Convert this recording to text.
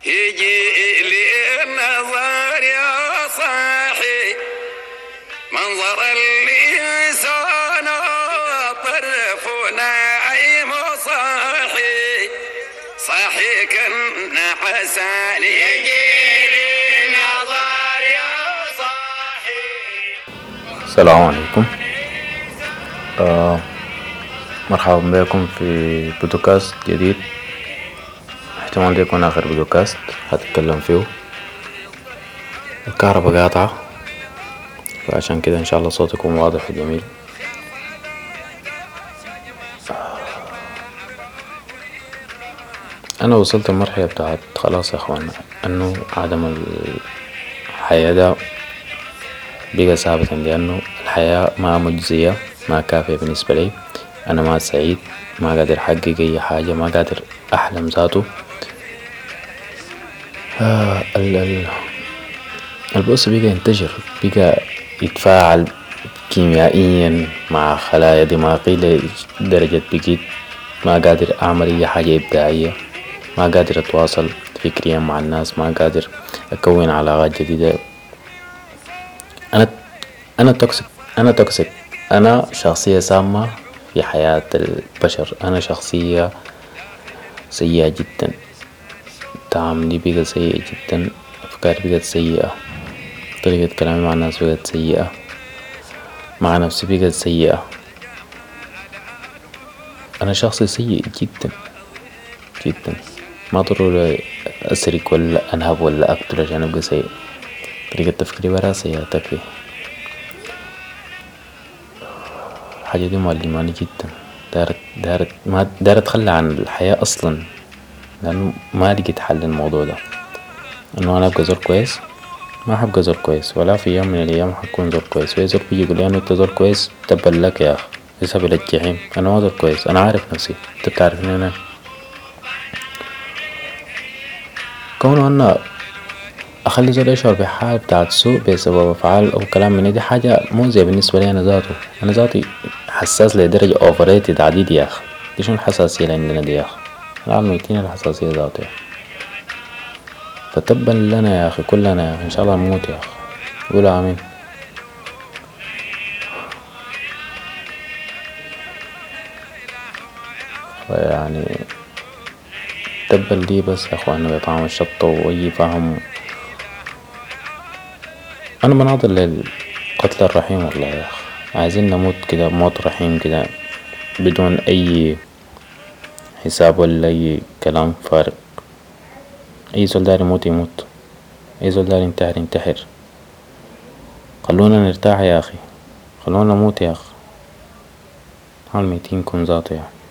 يجي لي النظر يا صاحي منظر اللسان طرف نعيم صاحي صاحي كن حساني يجي لي نظر يا صاحي. السلام عليكم. مرحبا بكم في بودكاست جديد. احتمال يكون آخر بودكاست هتكلم فيه. الكهرباء قاطعة، فعشان كده إن شاء الله صوتي يكون واضح وجميل. أنا وصلت المرحلة بتاعت خلاص يا أخوانا أنه عدم الحياة ده بقى ثابتا، لأنه الحياة ما مجزية، ما كافية بالنسبة لي. أنا ما سعيد، ما قادر أحقق أي حاجة، ما قادر أحلم ذاته. البؤس بقى ينتشر، بقى يتفاعل كيميائيا مع خلايا دماغي لدرجة بقيت ما قادر أعمل أي حاجة إبداعية، ما قادر أتواصل فكريا مع الناس، ما قادر أكون علاقات جديدة. أنا توكسيك. أنا شخصية سامة في حياة البشر. أنا شخصية سيئة جدا، تعاملي بقى سيء جدا، أفكاري بقت سيئة، طريقة كلامي مع الناس بقت سيئة، مع نفسي بقت سيئة. أنا شخص سيء جدا جدا، ما ضروري أسرق ولا أنهب ولا أقتل عشان أبقى سيء. طريقة تفكيري برا سيئة تكفي. حاجة دي مؤلماني جدا. دارت أتخلى عن الحياة أصلا، لأنه ما لقيت حل للموضوع ده. إنه أنا أبقى زول كويس، ما حبقى زول كويس، ولا في يوم من الأيام حكون زول كويس. وإذا زول بيجي يقول لي أنت زول كويس، تبا لك يا أخ، اذهب إلى الجحيم. أنا ما زول كويس، أنا عارف نفسي، أنت بتعرفني. أنا كونه أنا أخلي زول يشعر بحالة بتاعت سوء بسبب أفعال أو كلام من دي حاجة مؤذية بالنسبة لي. أنا ذاتي حساس لدرجة أوفريتد عديد يا أخ. دي شنو الحساسية اللي عندنا دي يا أخ؟ العالم ميتين الحساسية ذاتها. فتبا لنا يا أخي، كلنا يا أخي إن شاء الله نموت يا أخي. قول آمين. يعني تبا لي بس يا أخوانا بطعم الشطة وأي فهم. أنا مناضل للقتل الرحيم والله يا أخي. عايزين نموت كده موت رحيم كده، بدون أي حساب ولا أي كلام فارغ. أي زول داير يموت يموت، أي زول داير ينتحر ينتحر. خلونا نرتاح يا أخي، خلونا نموت يا أخي. حال ميتين كون ذاته يعني.